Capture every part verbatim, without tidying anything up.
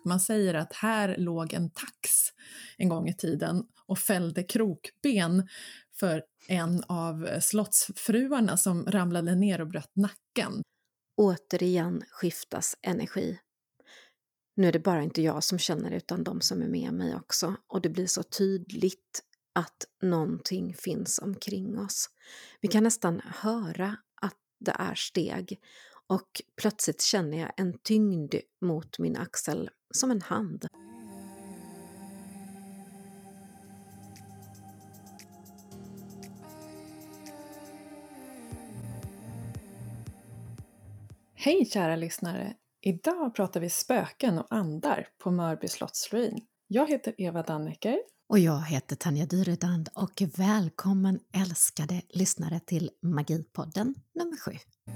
Man säger att här låg en tax en gång i tiden och fällde krokben för en av slottsfruarna som ramlade ner och bröt nacken. Återigen skiftas energi. Nu är det bara inte jag som känner utan de som är med mig också. Och det blir så tydligt att någonting finns omkring oss. Vi kan nästan höra att det är steg. Och plötsligt känner jag en tyngd mot min axel som en hand. Hej kära lyssnare! Idag pratar vi spöken och andar på Mörby slottsruin. Jag heter Eva Dannecker. Och jag heter Tanja Dyredand och välkommen älskade lyssnare till Magipodden nummer sju.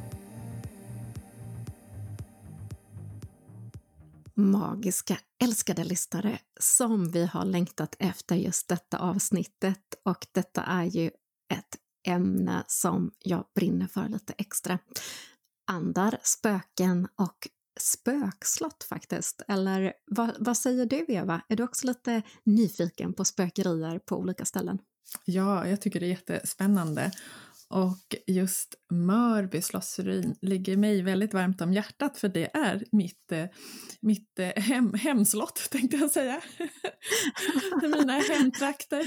Magiska älskade lyssnare som vi har längtat efter just detta avsnittet, och detta är ju ett ämne som jag brinner för lite extra. Andar, spöken och spökslott faktiskt. Eller vad, vad säger du Eva? Är du också lite nyfiken på spökerier på olika ställen? Ja, jag tycker det är jättespännande. Och just Mörby slottsruin ligger mig väldigt varmt om hjärtat, för det är mitt, mitt hem, hemslott tänkte jag säga. Mina hemtrakter.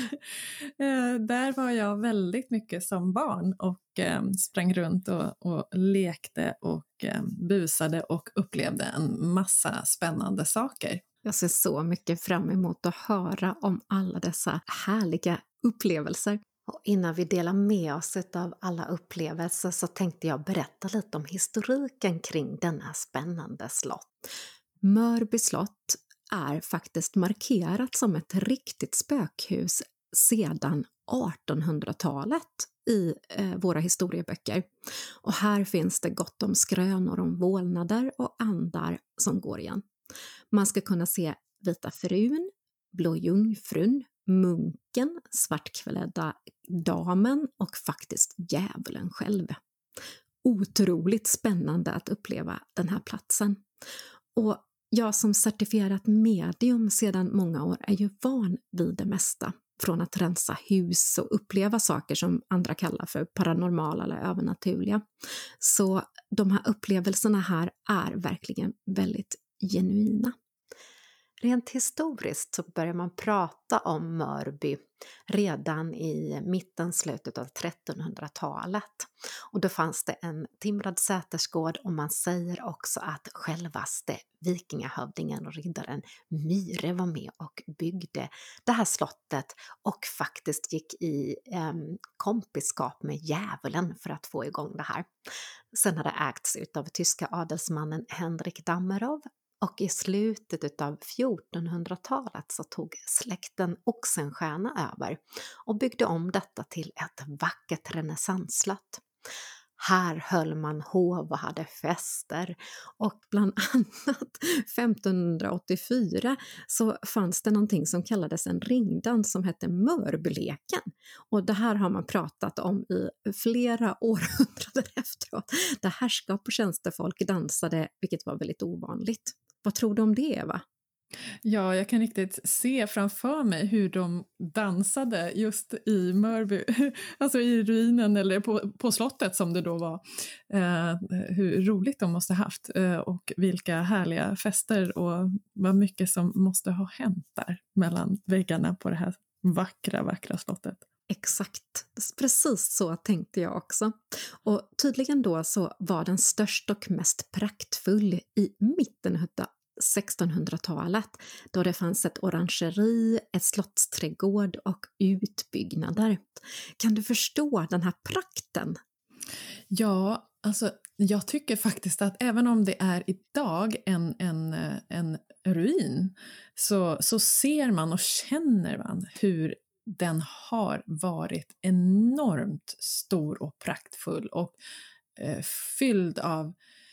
Där var jag väldigt mycket som barn och sprang runt och, och lekte och busade och upplevde en massa spännande saker. Jag ser så mycket fram emot att höra om alla dessa härliga upplevelser. Och innan vi delar med oss av alla upplevelser så tänkte jag berätta lite om historiken kring denna spännande slott. Mörby slott är faktiskt markerat som ett riktigt spökhus sedan artonhundratalet i eh, våra historieböcker. Och här finns det gott om skrönor om vålnader och andar som går igen. Man ska kunna se Vita frun, Blå jungfrun, munken, svartklädda damen och faktiskt djävulen själv. Otroligt spännande att uppleva den här platsen. Och jag som certifierat medium sedan många år är ju van vid det mesta. Från att rensa hus och uppleva saker som andra kallar för paranormala eller övernaturliga. Så de här upplevelserna här är verkligen väldigt genuina. Rent historiskt så börjar man prata om Mörby redan i mitten, slutet av trettonhundratalet. Och då fanns det en timrad sätersgård, och man säger också att självaste vikingahövdingen och riddaren Myre var med och byggde det här slottet och faktiskt gick i eh, kompiskap med djävulen för att få igång det här. Sen hade det ägts av tyska adelsmannen Henrik Dammerov. Och i slutet av fjortonhundratalet så tog släkten Oxenstierna över och byggde om detta till ett vackert renässansslott. Här höll man hov och hade fester, och bland annat femtonhundraåttiofyra så fanns det någonting som kallades en ringdans som hette Mörbyleken. Och det här har man pratat om i flera århundraden efteråt. Där härskap och tjänstefolk dansade, vilket var väldigt ovanligt. Vad tror du om det, Eva? Ja, jag kan riktigt se framför mig hur de dansade just i Mörby, alltså i ruinen eller på, på slottet som det då var. Eh, hur roligt de måste haft eh, och vilka härliga fester och vad mycket som måste ha hänt där mellan väggarna på det här vackra, vackra slottet. Exakt, precis så tänkte jag också. Och tydligen då så var den störst och mest praktfull i mitten av sextonhundratalet, då det fanns ett orangeri, ett slottsträdgård och utbyggnader. Kan du förstå den här prakten? Ja, alltså jag tycker faktiskt att även om det är idag en, en, en ruin så, så ser man och känner man hur den har varit enormt stor och praktfull och eh, fylld av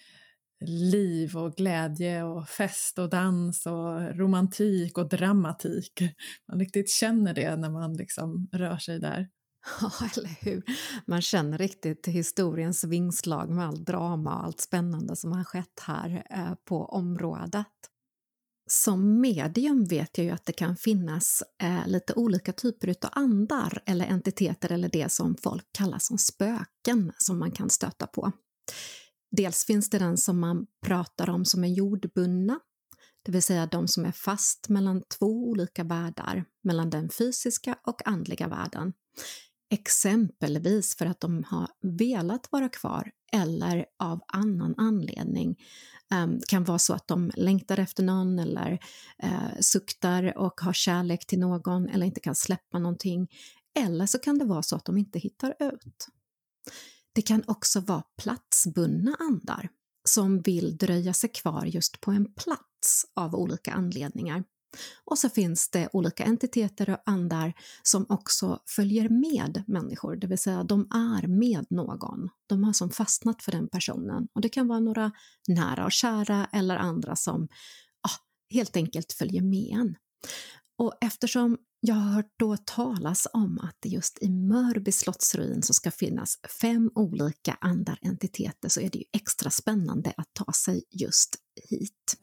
liv och glädje och fest och dans och romantik och dramatik. Man riktigt känner det när man liksom rör sig där. Ja, eller hur? Man känner riktigt historiens vingslag med allt drama och allt spännande som har skett här eh, på området. Som medium vet jag ju att det kan finnas eh, lite olika typer av andar eller entiteter eller det som folk kallar som spöken som man kan stöta på. Dels finns det den som man pratar om som är jordbundna, det vill säga de som är fast mellan två olika världar, mellan den fysiska och andliga världen. Exempelvis för att de har velat vara kvar eller av annan anledning. Um, kan vara så att de längtar efter någon eller uh, suktar och har kärlek till någon eller inte kan släppa någonting. Eller så kan det vara så att de inte hittar ut. Det kan också vara platsbundna andar som vill dröja sig kvar just på en plats av olika anledningar. Och så finns det olika entiteter och andar som också följer med människor, det vill säga de är med någon. De har som fastnat för den personen och det kan vara några nära och kära eller andra som ah, helt enkelt följer med en. Och eftersom jag har hört då talas om att det just i Mörby slottsruin så ska finnas fem olika andar entiteter så är det ju extra spännande att ta sig just hit.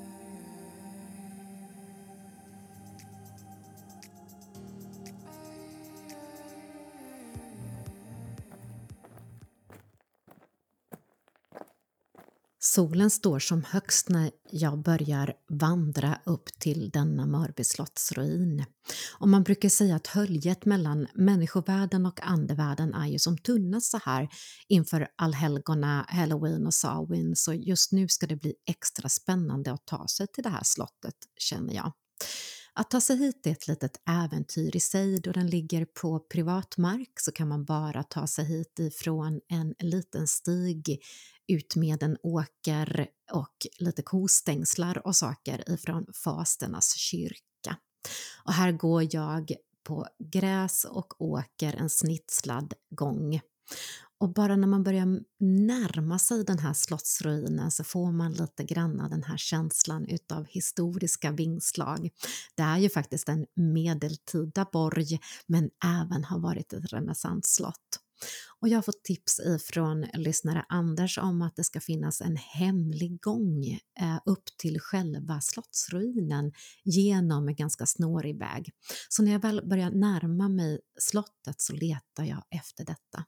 Solen står som högst när jag börjar vandra upp till denna Mörby slottsruin. Och man brukar säga att höljet mellan människovärlden och andevärlden är ju som tunnast så här inför allhelgona, Halloween och Samhain. Så just nu ska det bli extra spännande att ta sig till det här slottet, känner jag. Att ta sig hit är ett litet äventyr i sig. Då den ligger på privatmark så kan man bara ta sig hit ifrån en liten stig ut med en åker och lite kostängslar och saker ifrån Fasternas kyrka. Och här går jag på gräs och åker en snitslad gång. Och bara när man börjar närma sig den här slottsruinen så får man lite grann den här känslan utav historiska vingslag. Det är ju faktiskt en medeltida borg men även har varit ett renässansslott. Och jag har fått tips ifrån lyssnare Anders om att det ska finnas en hemlig gång eh, upp till själva slottsruinen genom en ganska snårig väg. Så när jag väl börjar närma mig slottet så letar jag efter detta.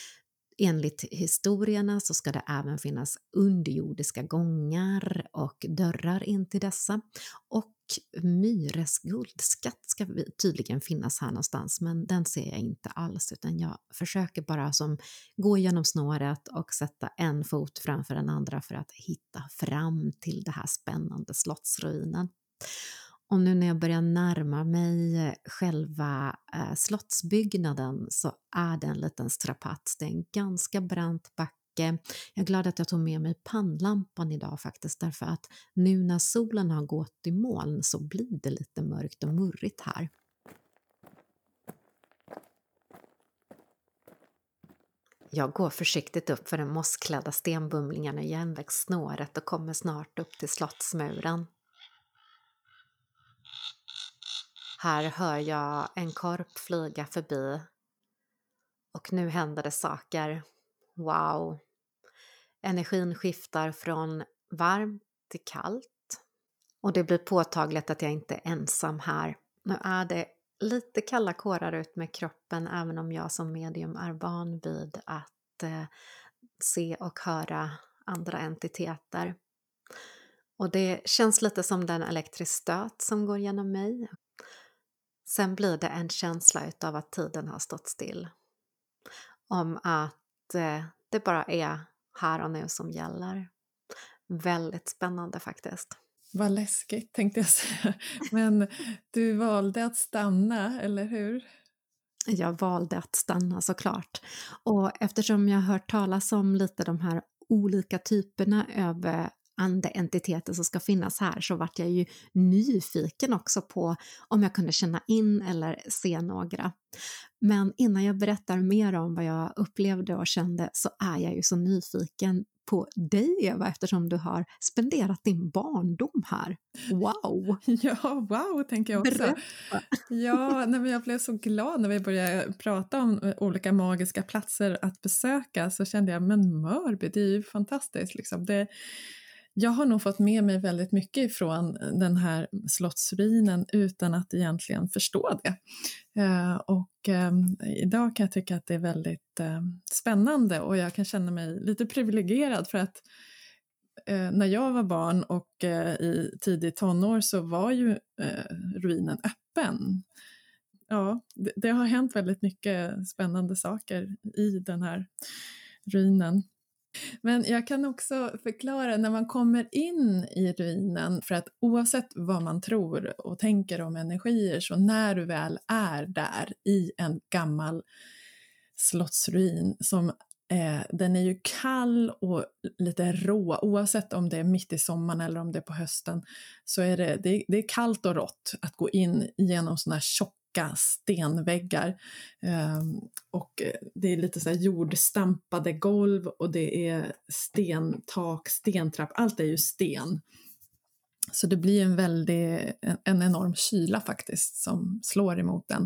Enligt historierna så ska det även finnas underjordiska gångar och dörrar in till dessa. Och Myres guldskatt ska tydligen finnas här någonstans, men den ser jag inte alls, utan jag försöker bara som gå genom snåret och sätta en fot framför den andra för att hitta fram till det här spännande slottsruinen. Och nu när jag börjar närma mig själva eh, slottsbyggnaden så är det en liten strapats. Det är en ganska brant backe. Jag är glad att jag tog med mig pannlampan idag faktiskt, därför att nu när solen har gått i moln så blir det lite mörkt och murrigt här. Jag går försiktigt upp för den mossklädda stenbumlingarna i järnvägssnåret och kommer snart upp till slottsmuren. Här hör jag en korp flyga förbi och nu händer det saker. Wow! Energin skiftar från varmt till kallt och det blir påtagligt att jag inte är ensam här. Nu är det lite kalla kårar ut med kroppen även om jag som medium är van vid att eh, se och höra andra entiteter. Och det känns lite som den elektrisk stöt som går genom mig. Sen blir det en känsla av att tiden har stått still. Om att eh, det bara är här och nu som gäller. Väldigt spännande faktiskt. Vad läskigt tänkte jag säga. Men du valde att stanna, eller hur? Jag valde att stanna såklart. Och eftersom jag har hört talas om lite de här olika typerna av andeentiteter som ska finnas här så vart jag ju nyfiken också på om jag kunde känna in eller se några. Men innan jag berättar mer om vad jag upplevde och kände så är jag ju så nyfiken på dig, Eva, eftersom du har spenderat din barndom här. Wow! Ja, wow, tänker jag också. Berätta. Ja, nej, men jag blev så glad när vi började prata om olika magiska platser att besöka, så kände jag, men Mörby, det är ju fantastiskt. Liksom. Det, jag har nog fått med mig väldigt mycket från den här slottsruinen utan att egentligen förstå det. Eh, och eh, idag kan jag tycka att det är väldigt eh, spännande, och jag kan känna mig lite privilegierad för att eh, när jag var barn och eh, i tidig tonår så var ju eh, ruinen öppen. Ja, det, det har hänt väldigt mycket spännande saker i den här ruinen. Men jag kan också förklara när man kommer in i ruinen, för att oavsett vad man tror och tänker om energier, så när du väl är där i en gammal slottsruin som eh, den är ju kall och lite rå, oavsett om det är mitt i sommaren eller om det är på hösten, så är det, det, det är kallt och rått att gå in genom såna här tjocka stenväggar, um, och det är lite så här jordstampade golv och det är stentak, stentrapp, allt är ju sten. Så det blir en väldigt, en, en enorm kyla faktiskt som slår emot den.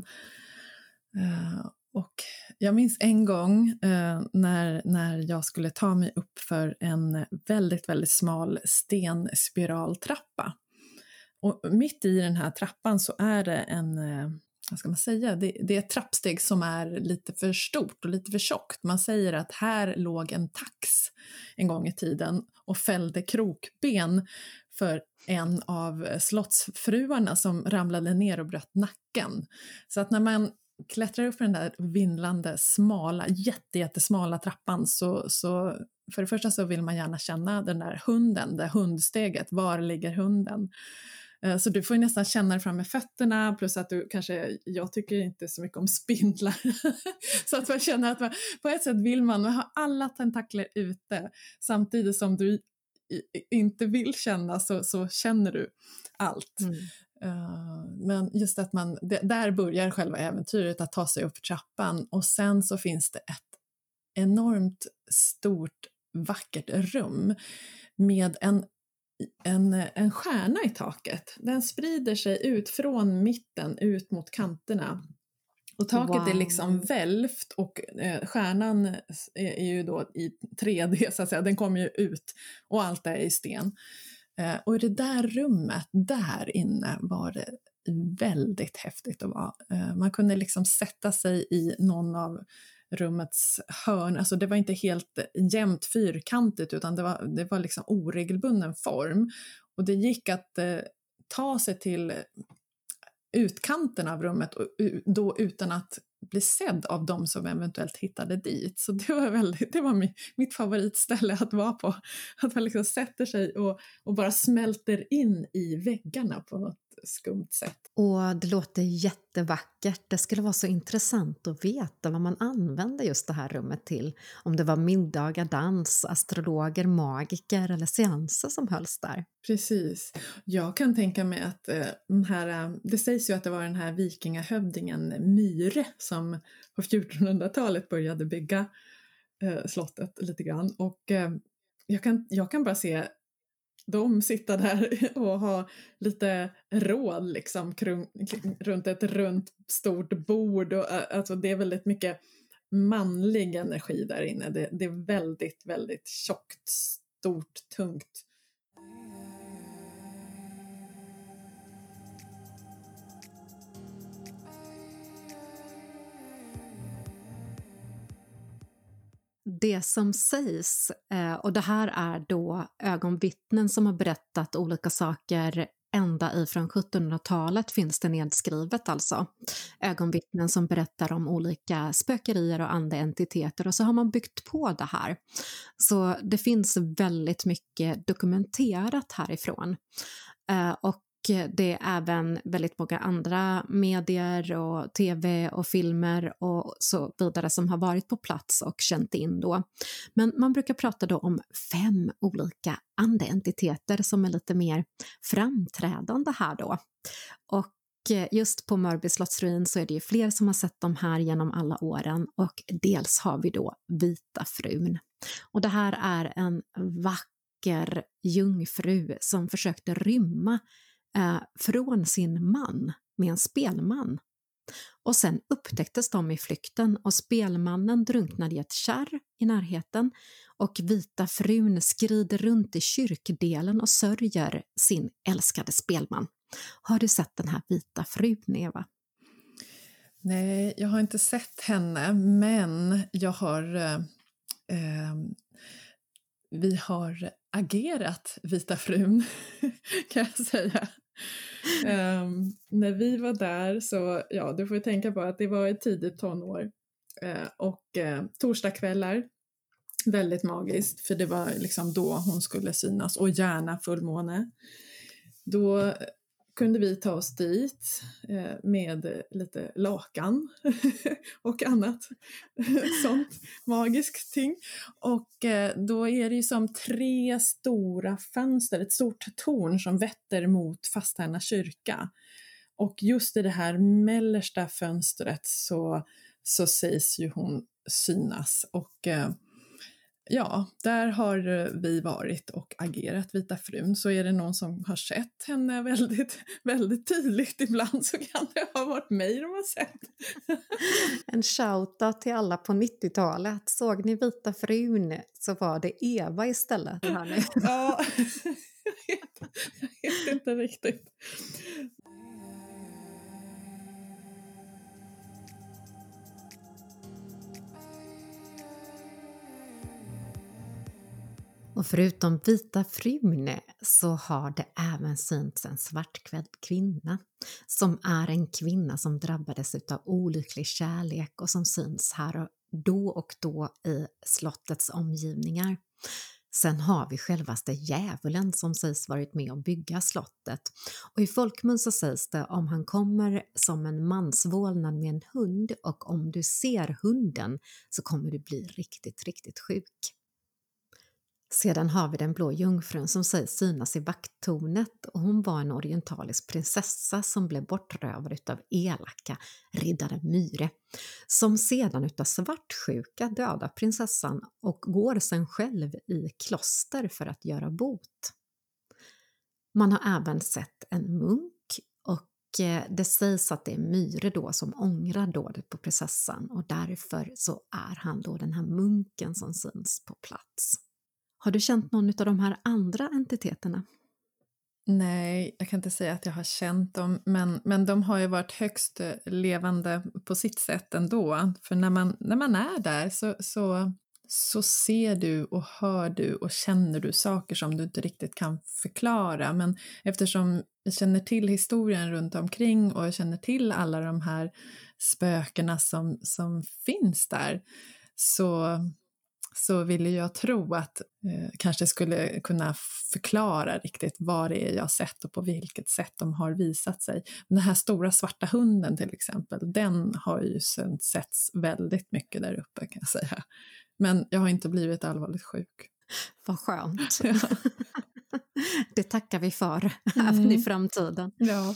Uh, och jag minns en gång uh, när, när jag skulle ta mig upp för en väldigt, väldigt smal stenspiraltrappa. Och mitt i den här trappan så är det en, vad ska man säga, det, det är ett trappsteg som är lite för stort och lite för tjockt. Man säger att här låg en tax en gång i tiden och fällde krokben för en av slottsfruarna som ramlade ner och bröt nacken. Så att när man klättrar upp för den där vindlande, smala, jätte, jättesmala trappan så, så för det första så vill man gärna känna den där hunden, det hundsteget, var ligger hunden? Så du får ju nästan känna det fram med fötterna, plus att du kanske, jag tycker inte så mycket om spindlar. Så att man känner att man, på ett sätt vill man ha alla tentakler ute, samtidigt som du inte vill känna så, så känner du allt. Mm. Uh, men just att man, det, där börjar själva äventyret att ta sig upp trappan, och sen så finns det ett enormt stort vackert rum med en En, en stjärna i taket. Den sprider sig ut från mitten ut mot kanterna. Och taket wow. är liksom välvt, och eh, stjärnan är, är ju då i tre D så att säga. Den kommer ju ut och allt är i sten. Eh, och i det där rummet, där inne var det väldigt häftigt att vara. Eh, man kunde liksom sätta sig i någon av rummets hörn, alltså det var inte helt jämnt fyrkantigt utan det var, det var liksom oregelbunden form, och det gick att eh, ta sig till utkanten av rummet och, då utan att bli sedd av de som eventuellt hittade dit. Så det var väldigt, det var mitt, mitt favoritställe att vara på, att man liksom sätter sig och, och bara smälter in i väggarna på något skumt sätt. Och det låter jättevackert. Det skulle vara så intressant att veta vad man använde just det här rummet till. Om det var middagar, dans, astrologer, magiker eller seanser som hölls där. Precis. Jag kan tänka mig att eh, den här, det sägs ju att det var den här vikingahövdingen Myre som på fjortonhundratalet började bygga eh, slottet lite grann. Och eh, jag, kan, jag kan bara se de sitta där och ha lite råd liksom kring, runt ett runt stort bord. Och, alltså det är väldigt mycket manlig energi där inne. Det, det är väldigt, väldigt tjockt, stort, tungt. Det som sägs, och det här är då ögonvittnen som har berättat olika saker ända ifrån sjuttonhundratalet finns det nedskrivet alltså. Ögonvittnen som berättar om olika spökerier och andra entiteter, och så har man byggt på det här. Så det finns väldigt mycket dokumenterat härifrån. Och det är även väldigt många andra medier och tv och filmer och så vidare som har varit på plats och känt in då. Men man brukar prata då om fem olika andentiteter som är lite mer framträdande här då. Och just på Mörby slottsruin så är det ju fler som har sett dem här genom alla åren, och dels har vi då Vita frun. Och det här är en vacker jungfru som försökte rymma från sin man med en spelman Och sen upptäcktes de i flykten och spelmannen drunknade i ett kärr i närheten och vita frun skrider runt i kyrkdelen och sörjer sin älskade spelman. Har du sett den här vita frun, Eva? Nej, jag har inte sett henne, men jag har... Eh, eh, vi har agerat Vita frun, kan jag säga. Um, när vi var där så, ja, du får ju tänka på att det var ett tidigt tonår uh, och uh, torsdagskvällar, väldigt magiskt, för det var liksom då hon skulle synas, och gärna fullmåne. Då kunde vi ta oss dit uh, med lite lakan och annat sånt magiskt ting. Och uh, då är det ju som tre stora fönster, ett stort torn som vetter mot Fasthärna kyrka. Och just i det här mellersta fönstret så, så sägs ju hon synas. Och uh, ja, där har vi varit och agerat Vita frun. Så är det någon som har sett henne väldigt, väldigt tydligt ibland, så kan det ha varit mig de har sett. En shoutout till alla på nittiotalet. Såg ni Vita frun så var det Eva istället här nu. Ja, jag vet, jag vet inte riktigt. Och förutom Vita frun så har det även synts en svartklädd kvinna som är en kvinna som drabbades av olycklig kärlek och som syns här och då och då i slottets omgivningar. Sen har vi självaste djävulen som sägs varit med och bygga slottet, och i folkmun så sägs det om han kommer som en mansvålnad med en hund, och om du ser hunden så kommer du bli riktigt, riktigt sjuk. Sedan har vi den blå jungfrun som sägs synas i vakttornet, och hon var en orientalisk prinsessa som blev bortrövad utav elaka riddare Myre, som sedan utav svartsjuka dödar prinsessan och går sen själv i kloster för att göra bot. Man har även sett en munk, och det sägs att det är Myre då som ångrar dådet på prinsessan, och därför så är han då den här munken som syns på plats. Har du känt någon av de här andra entiteterna? Nej, jag kan inte säga att jag har känt dem, men, men de har ju varit högst levande på sitt sätt ändå. För när man, när man är där så, så, så ser du och hör du och känner du saker som du inte riktigt kan förklara. Men eftersom jag känner till historien runt omkring och jag känner till alla de här spökena som, som finns där, så... så ville jag tro att eh, kanske skulle kunna förklara riktigt vad det är jag har sett och på vilket sätt de har visat sig. Den här stora svarta hunden till exempel, den har ju setts väldigt mycket där uppe, kan jag säga. Men jag har inte blivit allvarligt sjuk. Vad skönt. Ja. Det tackar vi för mm. även i framtiden. Ja.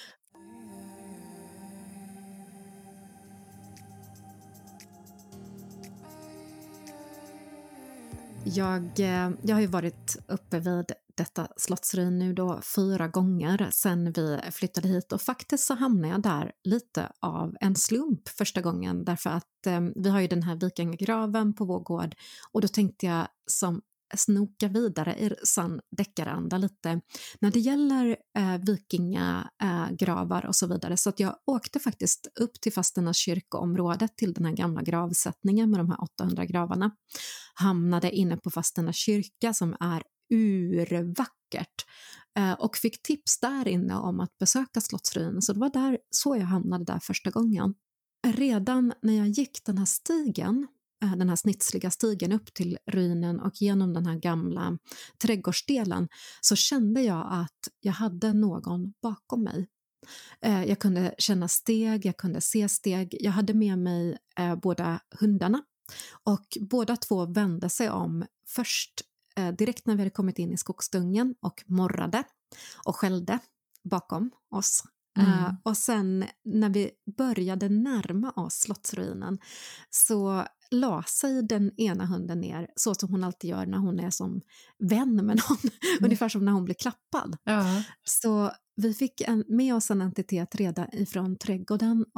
Jag, jag har ju varit uppe vid detta slottsruin nu då fyra gånger sedan vi flyttade hit, och faktiskt så hamnade jag där lite av en slump första gången, därför att eh, vi har ju den här vikingagraven på vår gård, och då tänkte jag som snoka vidare i sann deckaranda lite när det gäller eh, vikingagravar eh, och så vidare, så att jag åkte faktiskt upp till Fasthärna kyrkoområdet till den här gamla gravsättningen med de här åttahundra gravarna, hamnade inne på Fasthärna kyrka som är urvackert eh, och fick tips där inne om att besöka slottsruinen, så det var där så jag hamnade där första gången. Redan när jag gick den här stigen, den här snitsliga stigen upp till ruinen och genom den här gamla trädgårdsdelen, så kände jag att jag hade någon bakom mig. Jag kunde känna steg, jag kunde se steg. Jag hade med mig båda hundarna, och båda två vände sig om först direkt när vi hade kommit in i skogsdungen och morrade och skällde bakom oss. Mm. Uh, och sen när vi började närma oss slottsruinen så la sig den ena hunden ner, så som hon alltid gör när hon är som vän med någon, mm. ungefär som när hon blir klappad. Ja. Så vi fick en, med oss en entitet redan ifrån trädgården, och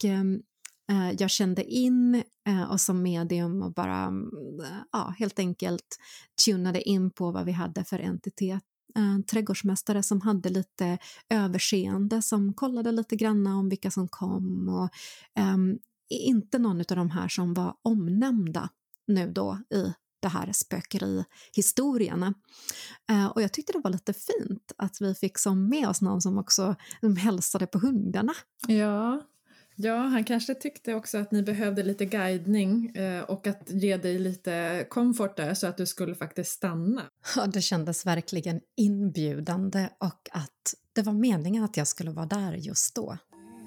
eh, jag kände in eh, och som medium och bara eh, ja, helt enkelt tunade in på vad vi hade för entitet. En trädgårdsmästare som hade lite överseende, som kollade lite granna om vilka som kom och um, inte någon av de här som var omnämnda nu då i det här spökerihistorierna. Uh, och jag tyckte det var lite fint att vi fick som med oss någon som också som hälsade på hundarna. Ja. Ja, han kanske tyckte också att ni behövde lite guidning eh, och att ge dig lite komfort där så att du skulle faktiskt stanna. Ja, det kändes verkligen inbjudande och att det var meningen att jag skulle vara där just då.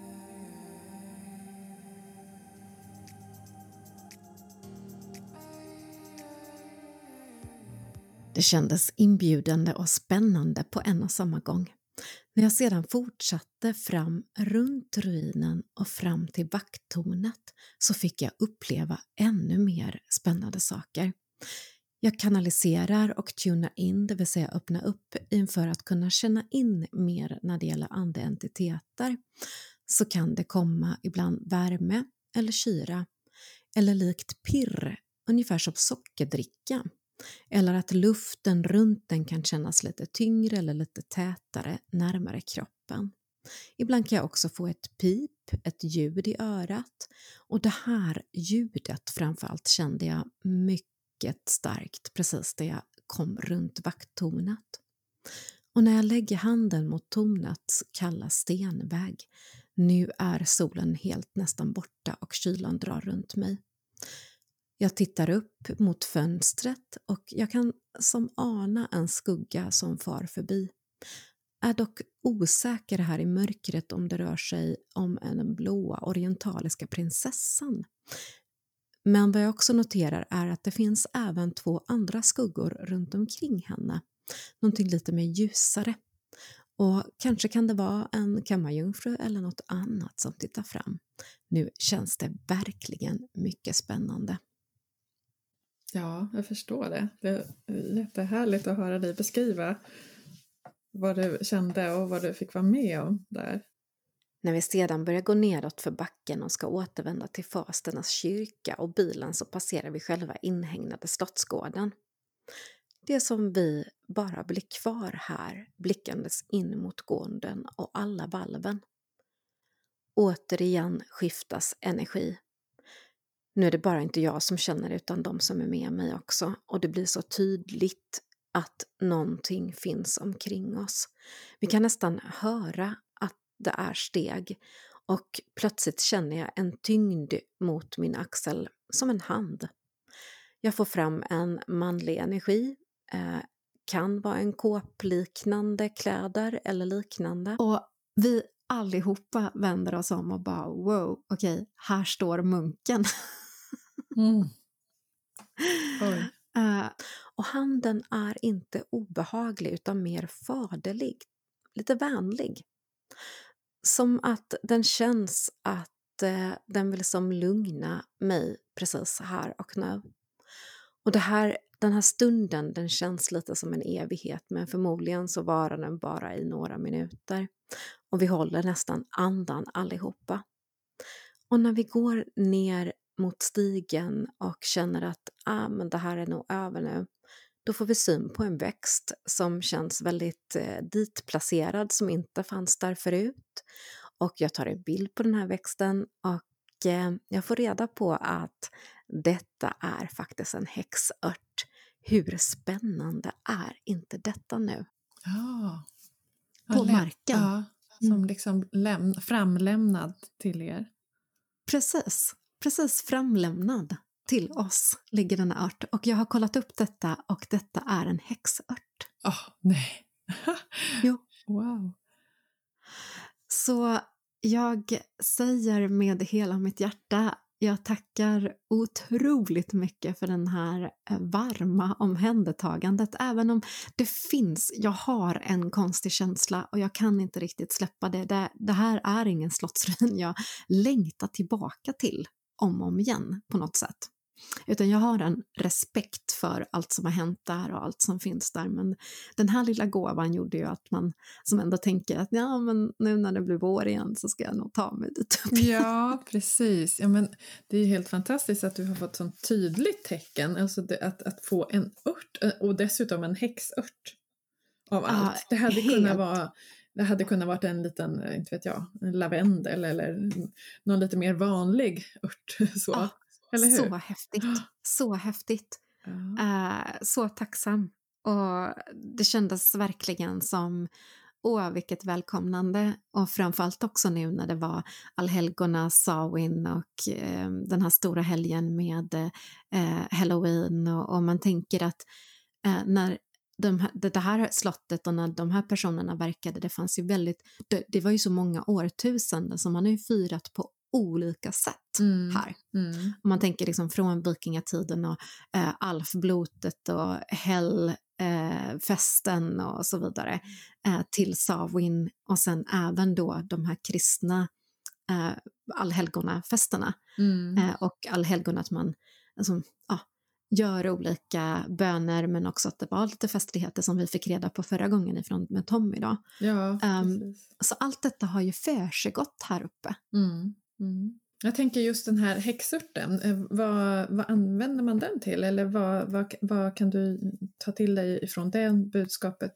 Det kändes inbjudande och spännande på en och samma gång. När jag sedan fortsatte fram runt ruinen och fram till vakttornet så fick jag uppleva ännu mer spännande saker. Jag kanaliserar och tunar in, det vill säga öppna upp inför att kunna känna in mer när det gäller andeentiteter. Så kan det komma ibland värme eller kyra eller likt pirr, ungefär som sockerdricka. Eller att luften runt den kan kännas lite tyngre eller lite tätare närmare kroppen. Ibland kan jag också få ett pip, ett ljud i örat. Och det här ljudet framförallt kände jag mycket starkt precis där jag kom runt vakttornet. Och när jag lägger handen mot tornets kalla stenvägg, nu är solen helt nästan borta och kylan drar runt mig. Jag tittar upp mot fönstret och jag kan som ana en skugga som far förbi. Är dock osäker här i mörkret om det rör sig om en blåa orientaliska prinsessan. Men vad jag också noterar är att det finns även två andra skuggor runt omkring henne. Någonting lite mer ljusare. Och kanske kan det vara en kammarjungfru eller något annat som tittar fram. Nu känns det verkligen mycket spännande. Ja, jag förstår det. Det är jättehärligt att höra dig beskriva vad du kände och vad du fick vara med om där. När vi sedan börjar gå nedåt för backen och ska återvända till Fasternas kyrka och bilen så passerar vi själva inhägnade slottsgården. Det som vi bara blir kvar här blickandes in mot gården och alla valven. Återigen skiftas energi. Nu är det bara inte jag som känner utan de som är med mig också. Och det blir så tydligt att någonting finns omkring oss. Vi kan nästan höra att det är steg. Och plötsligt känner jag en tyngd mot min axel som en hand. Jag får fram en manlig energi. Eh, kan vara en kåpliknande kläder eller liknande. Och vi allihopa vänder oss om och bara wow, okej, okay, här står munken. Mm. Oj. Uh, och handen är inte obehaglig utan mer faderlig, lite vänlig. Som att den känns att uh, den vill som lugna mig precis här och nu. Och det här, den här stunden den känns lite som en evighet, men förmodligen så varar den bara i några minuter. Och vi håller nästan andan allihopa. Och när vi går ner mot stigen och känner att ah, men det här är nog över nu, då får vi syn på en växt som känns väldigt eh, ditplacerad, som inte fanns där förut. Och jag tar en bild på den här växten och eh, jag får reda på att detta är faktiskt en häxört. Hur spännande är inte detta nu? Ja. På ja, marken. Ja, som mm. liksom läm- framlämnad till er. Precis, precis framlämnad till oss ligger denna ört. Och jag har kollat upp detta och detta är en häxört. Åh, oh, nej. Jo. Wow. Så jag säger med hela mitt hjärta, jag tackar otroligt mycket för den här varma omhändertagandet. Även om det finns, jag har en konstig känsla och jag kan inte riktigt släppa det. Det, det här är ingen slottsruin jag längtar tillbaka till om och om igen på något sätt. Utan jag har en respekt för allt som har hänt där och allt som finns där. Men den här lilla gåvan gjorde ju att man som ändå tänker att ja, men nu när det blir vår igen så ska jag nog ta mig dit upp. Ja, precis. Ja, men det är helt fantastiskt att du har fått sånt tydligt tecken. Alltså det, att, att få en ört och dessutom en häxört av allt. Ja, det hade helt... kunnat vara... Det hade kunnat vara en liten, inte vet jag, en lavendel eller någon lite mer vanlig ört. Så, ja, eller hur? Så häftigt, så häftigt. Ja. Uh, så tacksam. Och det kändes verkligen som, åh vilket välkomnande. Och framförallt också nu när det var allhelgona, Samhain och uh, den här stora helgen med uh, Halloween. Och, och man tänker att uh, när De här, det här slottet och när de här personerna verkade, det fanns ju väldigt, det, det var ju så många årtusenden som man har ju firat på olika sätt mm. här. Mm. Om man tänker liksom från vikingatiden och eh, alfblotet och hällfesten eh, och så vidare eh, till Samhain och sen även då de här kristna eh, allhelgonafesterna mm. eh, och allhelgona att man alltså, ja, gör olika böner men också att det var lite festligheter som vi fick reda på förra gången ifrån med Tommy då. Ja, um, så allt detta har ju försiggått här uppe. Mm, mm. Jag tänker just den här häxörten, vad, vad använder man den till? Eller vad, vad, vad kan du ta till dig ifrån det budskapet?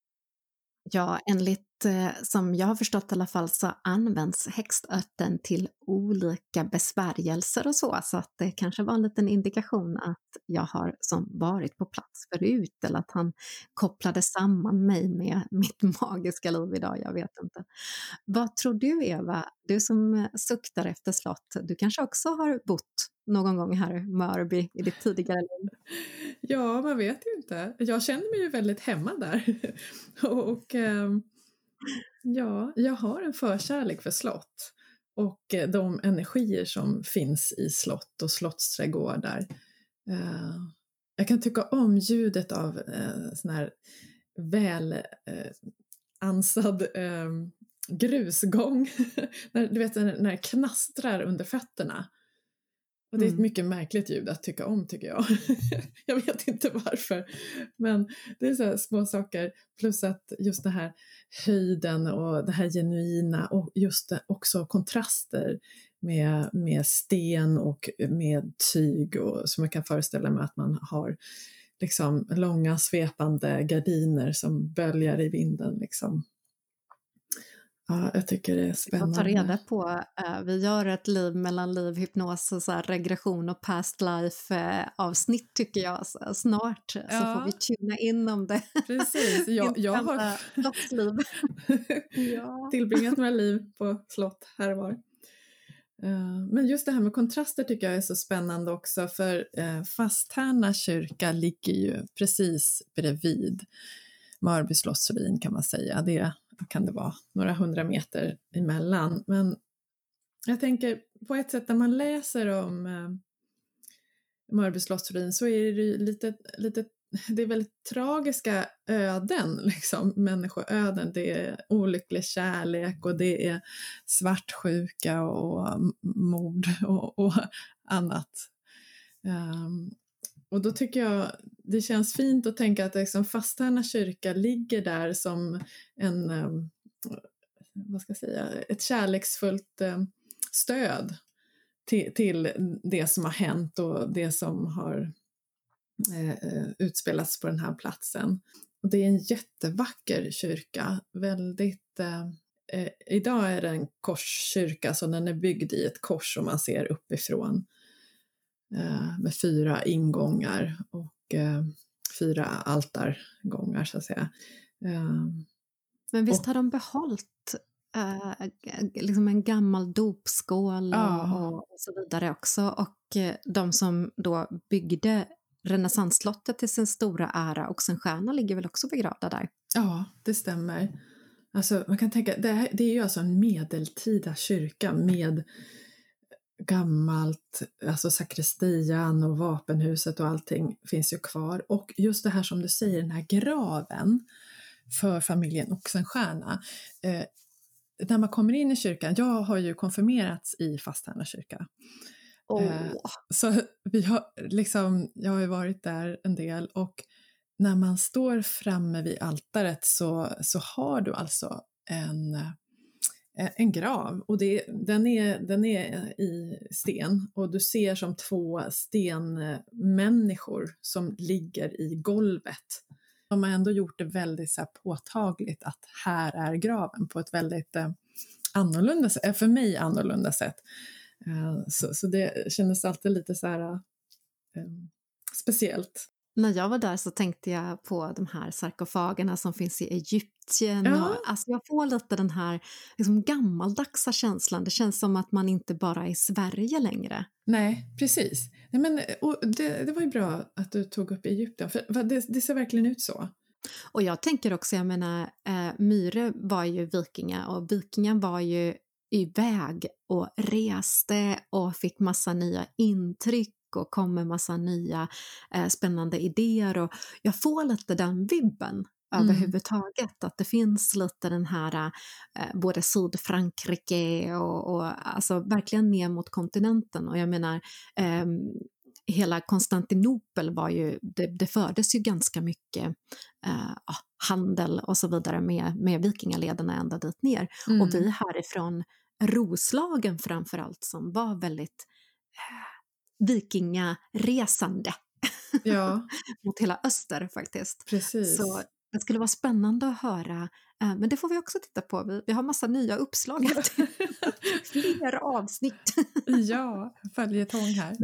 Ja, enligt eh, som jag har förstått i alla fall så används häxörten till olika besvärjelser och så, så att det kanske var en liten indikation att jag har som varit på plats förut eller att han kopplade samman mig med mitt magiska liv idag, jag vet inte. Vad tror du Eva, du som suktar efter slott, du kanske också har bott någon gång här i Mörby i ditt tidigare liv? Ja, man vet ju inte. Jag känner mig ju väldigt hemma där. och, och ähm, ja, jag har en förkärlek för slott. Och äh, de energier som finns i slott och slottsträdgårdar. Äh, jag kan tycka om ljudet av äh, sån här väl äh, ansad äh, grusgång. när, du vet, när, när det knastrar under fötterna. Och det är ett mycket märkligt ljud att tycka om, tycker jag. Jag vet inte varför. Men det är så här små saker. Plus att just det här höjden och det här genuina. Och just det, också kontraster med, med sten och med tyg. Och, som jag kan föreställa mig att man har liksom långa svepande gardiner som böljar i vinden liksom. Ja, jag tycker det är spännande. Vi får ta reda på, uh, vi gör ett liv mellan liv, hypnos och så här regression och past life uh, avsnitt tycker jag så, snart. Ja. Så får vi tuna in om det. Precis, jag, jag har ja. tillbringat några liv på slott här och var. Uh, men just det här med kontraster tycker jag är så spännande också, för uh, Fasthärna kyrka ligger ju precis bredvid Mörby slottsruin kan man säga. Det kan det vara några hundra meter emellan. Men jag tänker på ett sätt när man läser om eh, Mörby slottsruin så är det lite, lite, det är väldigt tragiska öden, liksom, människoöden. Det är olycklig kärlek och det är svartsjuka och mord och, och annat. Um, Och då tycker jag det känns fint att tänka att liksom Fasthärna kyrka ligger där som en, vad ska jag säga, ett kärleksfullt stöd till, till det som har hänt och det som har eh, utspelats på den här platsen. Och det är en jättevacker kyrka, väldigt... Eh, idag är det en korskyrka, så den är byggd i ett kors som man ser uppifrån. Med fyra ingångar och eh, fyra altargångar så att säga. Eh, Men visst och, har de behållit eh, liksom en gammal dopskål ja. och, och så vidare också. Och eh, de som då byggde renässansslottet till sin stora ära och sin stjärna ligger väl också begravda där? Ja, det stämmer. Alltså man kan tänka, det, här, det är ju alltså en medeltida kyrka med gammalt, alltså sakristian och vapenhuset och allting finns ju kvar. Och just det här som du säger, den här graven för familjen Oxenstierna. Eh, när man kommer in i kyrkan, jag har ju konfirmerats i Fasthärna kyrka. Oh. Så vi har liksom, jag har ju varit där en del, och när man står framme vid altaret så, så har du alltså en, en grav, och det, den, är, den är i sten, och du ser som två stenmänniskor som ligger i golvet. De har ändå gjort det väldigt så här påtagligt att här är graven på ett väldigt eh, annorlunda, för mig annorlunda sätt. Uh, så, så det kändes alltid lite så här uh, speciellt. När jag var där så tänkte jag på de här sarkofagerna som finns i Egypten. Ja. Och, alltså jag får lite den här liksom, gammaldagsa känslan. Det känns som att man inte bara är i Sverige längre. Nej, precis. Nej, men, och det, det var ju bra att du tog upp Egypten, för det, det ser verkligen ut så. Och jag tänker också, jag menar, eh, Myre var ju vikinga, och vikingar var ju iväg och reste och fick massa nya intryck och kom med massa nya eh, spännande idéer, och jag får lite den vibben mm. överhuvudtaget, att det finns lite den här eh, både Sydfrankrike och, och alltså verkligen ner mot kontinenten. Och jag menar eh, hela Konstantinopel var ju, det, det fördes ju ganska mycket eh, handel och så vidare med, med vikingalederna ända dit ner. Mm. Och vi härifrån Roslagen framförallt, som var väldigt eh, vikingaresande ja. mot hela öster faktiskt. Precis. Så det skulle vara spännande att höra, eh, men det får vi också titta på. Vi, vi har massa nya uppslag. Fler avsnitt. ja, följetong här.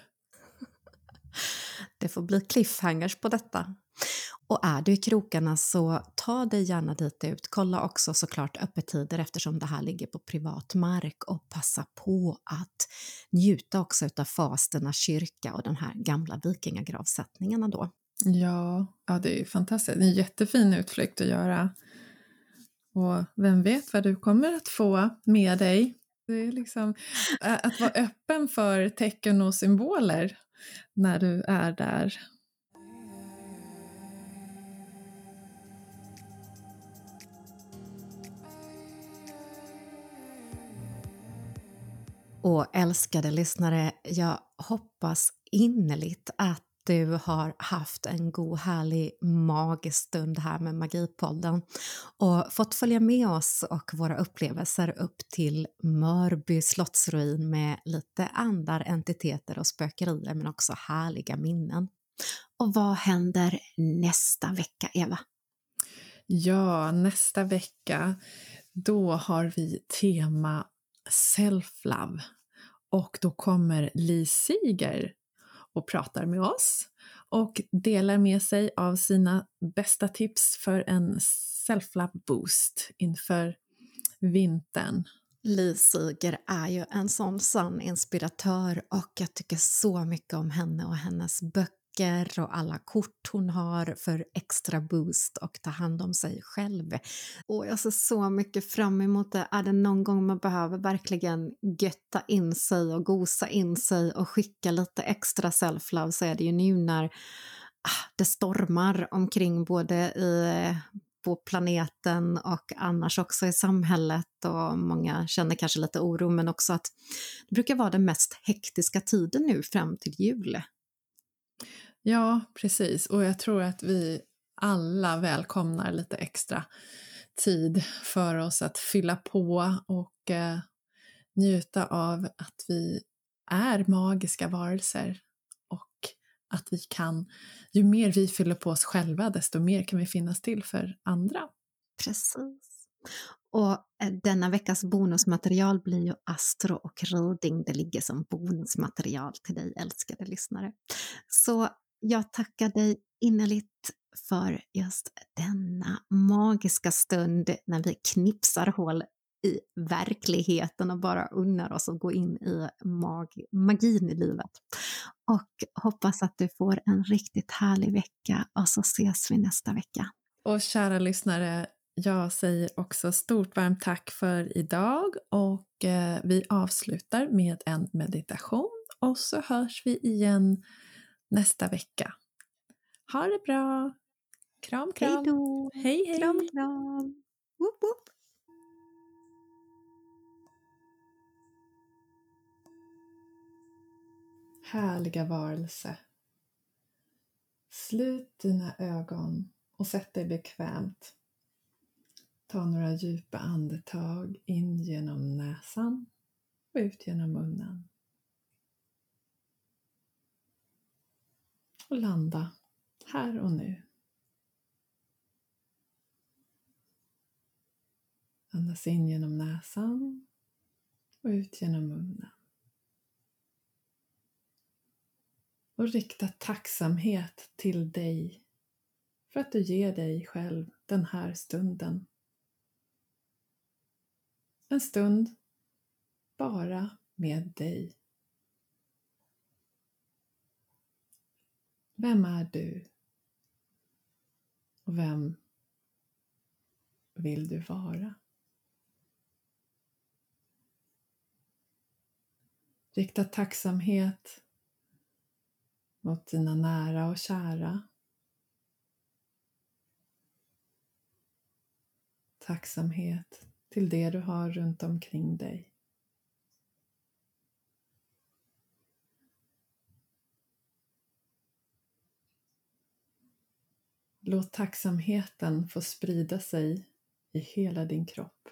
Det får bli cliffhangers på detta. Och är du i krokarna så ta dig gärna dit ut. Kolla också såklart öppettider eftersom det här ligger på privat mark, och passa på att njuta också av Fasterna kyrka och de här gamla vikingagravsättningarna då. Ja, ja, det är ju fantastiskt. Det är en jättefin utflykt att göra. Och vem vet vad du kommer att få med dig. Det är liksom att vara öppen för tecken och symboler när du är där. Och älskade lyssnare, jag hoppas innerligt att du har haft en god, härlig, magisk stund här med Magipodden och fått följa med oss och våra upplevelser upp till Mörby slottsruin med lite andar, entiteter och spökerier, men också härliga minnen. Och vad händer nästa vecka, Eva? Ja, nästa vecka då har vi tema self-love, och då kommer Li Siger och pratar med oss och delar med sig av sina bästa tips för en self-love boost inför vintern. Li Siger är ju en sån sann inspiratör, och jag tycker så mycket om henne och hennes böcker och alla kort hon har för extra boost och ta hand om sig själv. Och jag ser så mycket fram emot det. Är det någon gång man behöver verkligen götta in sig och gosa in sig och skicka lite extra self-love, så är det ju nu när ah, det stormar omkring både i på planeten och annars också i samhället, och många känner kanske lite oro, men också att det brukar vara den mest hektiska tiden nu fram till jul. Ja, precis. Och jag tror att vi alla välkomnar lite extra tid för oss att fylla på och eh, njuta av att vi är magiska varelser, och att vi kan, ju mer vi fyller på oss själva, desto mer kan vi finnas till för andra. Precis. Och denna veckas bonusmaterial blir ju astro och reading. Det ligger som bonusmaterial till dig, älskade lyssnare. Så jag tackar dig innerligt för just denna magiska stund när vi knipsar hål i verkligheten och bara unnar oss att gå in i mag- magin i livet. Och hoppas att du får en riktigt härlig vecka, och så ses vi nästa vecka. Och kära lyssnare, jag säger också stort varmt tack för idag, och eh, vi avslutar med en meditation, och så hörs vi igen nästa vecka. Ha det bra! Kram, kram! Hej då! Hej, hej! Kram, kram! Woop, woop. härliga varelse. Slut dina ögon och sätt dig bekvämt. Ta några djupa andetag in genom näsan och ut genom munnen. Och landa här och nu. Andas in genom näsan och ut genom munnen. Och rikta tacksamhet till dig för att du ger dig själv den här stunden. En stund bara med dig. Vem är du? Och vem vill du vara? Rikta tacksamhet mot dina nära och kära. Tacksamhet till det du har runt omkring dig. Låt tacksamheten få sprida sig i hela din kropp.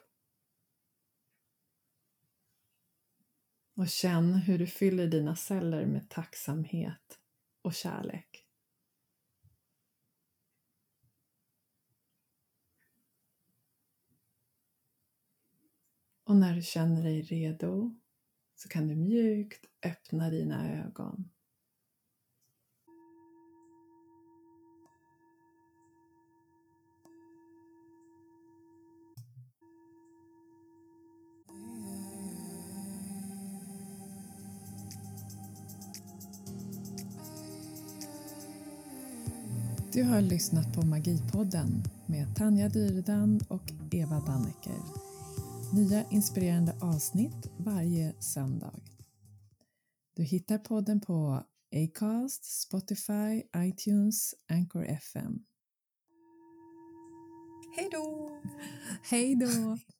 Och känn hur du fyller dina celler med tacksamhet och kärlek. Och när du känner dig redo så kan du mjukt öppna dina ögon. Du har lyssnat på Magipodden med Tanja Dyredand och Eva Dannecker. Nya inspirerande avsnitt varje söndag. Du hittar podden på Acast, Spotify, iTunes, Anchor F M. Hej då! Hej då!